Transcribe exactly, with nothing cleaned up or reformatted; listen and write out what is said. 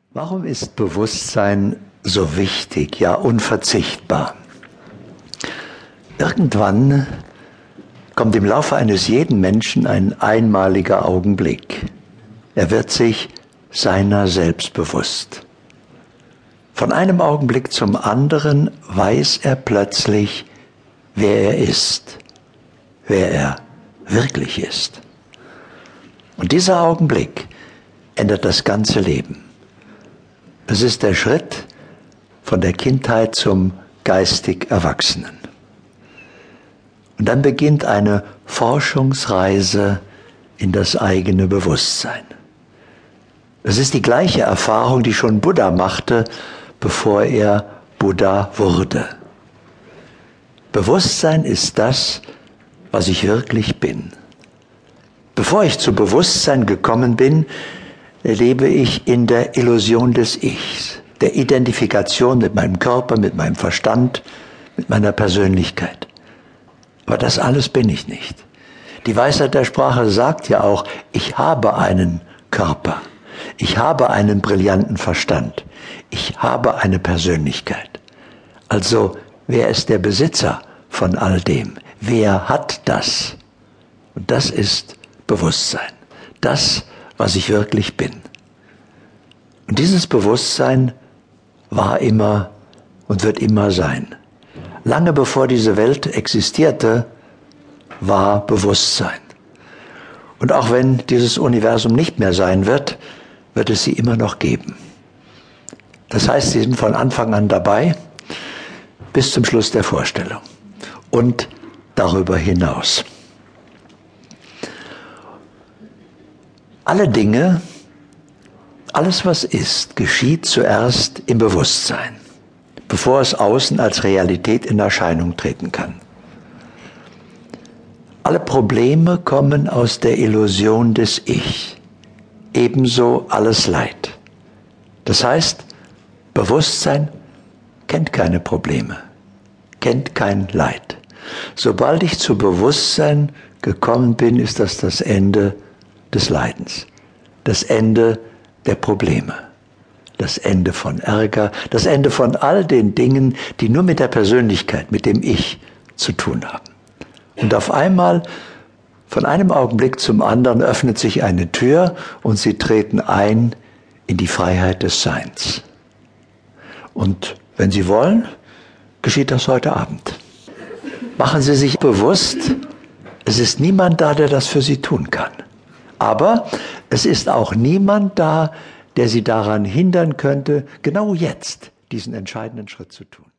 Warum ist Bewusstsein so wichtig, ja unverzichtbar? Irgendwann kommt im Laufe eines jeden Menschen ein einmaliger Augenblick. Er wird sich seiner selbst bewusst. Von einem Augenblick zum anderen weiß er plötzlich, wer er ist, wer er wirklich ist. Und dieser Augenblick ändert das ganze Leben. Es ist der Schritt von der Kindheit zum geistig Erwachsenen. Und dann beginnt eine Forschungsreise in das eigene Bewusstsein. Es ist die gleiche Erfahrung, die schon Buddha machte, bevor er Buddha wurde. Bewusstsein ist das, was ich wirklich bin. Bevor ich zu Bewusstsein gekommen bin, lebe ich in der Illusion des Ichs, der Identifikation mit meinem Körper, mit meinem Verstand, mit meiner Persönlichkeit. Aber das alles bin ich nicht. Die Weisheit der Sprache sagt ja auch, ich habe einen Körper, ich habe einen brillanten Verstand, ich habe eine Persönlichkeit. Also, wer ist der Besitzer von all dem? Wer hat das? Und das ist Bewusstsein. Das, was ich wirklich bin. Und dieses Bewusstsein war immer und wird immer sein. Lange bevor diese Welt existierte, war Bewusstsein. Und auch wenn dieses Universum nicht mehr sein wird, wird es sie immer noch geben. Das heißt, sie sind von Anfang an dabei, bis zum Schluss der Vorstellung und darüber hinaus. Alle Dinge, alles was ist, geschieht zuerst im Bewusstsein, bevor es außen als Realität in Erscheinung treten kann. Alle Probleme kommen aus der Illusion des Ich, ebenso alles Leid. Das heißt, Bewusstsein kennt keine Probleme, kennt kein Leid. Sobald ich zu Bewusstsein gekommen bin, ist das das Ende des Leidens, das Ende der Probleme, das Ende von Ärger, das Ende von all den Dingen, die nur mit der Persönlichkeit, mit dem Ich zu tun haben. Und auf einmal, von einem Augenblick zum anderen, öffnet sich eine Tür und Sie treten ein in die Freiheit des Seins. Und wenn Sie wollen, geschieht das heute Abend. Machen Sie sich bewusst, es ist niemand da, der das für Sie tun kann. Aber es ist auch niemand da, der Sie daran hindern könnte, genau jetzt diesen entscheidenden Schritt zu tun.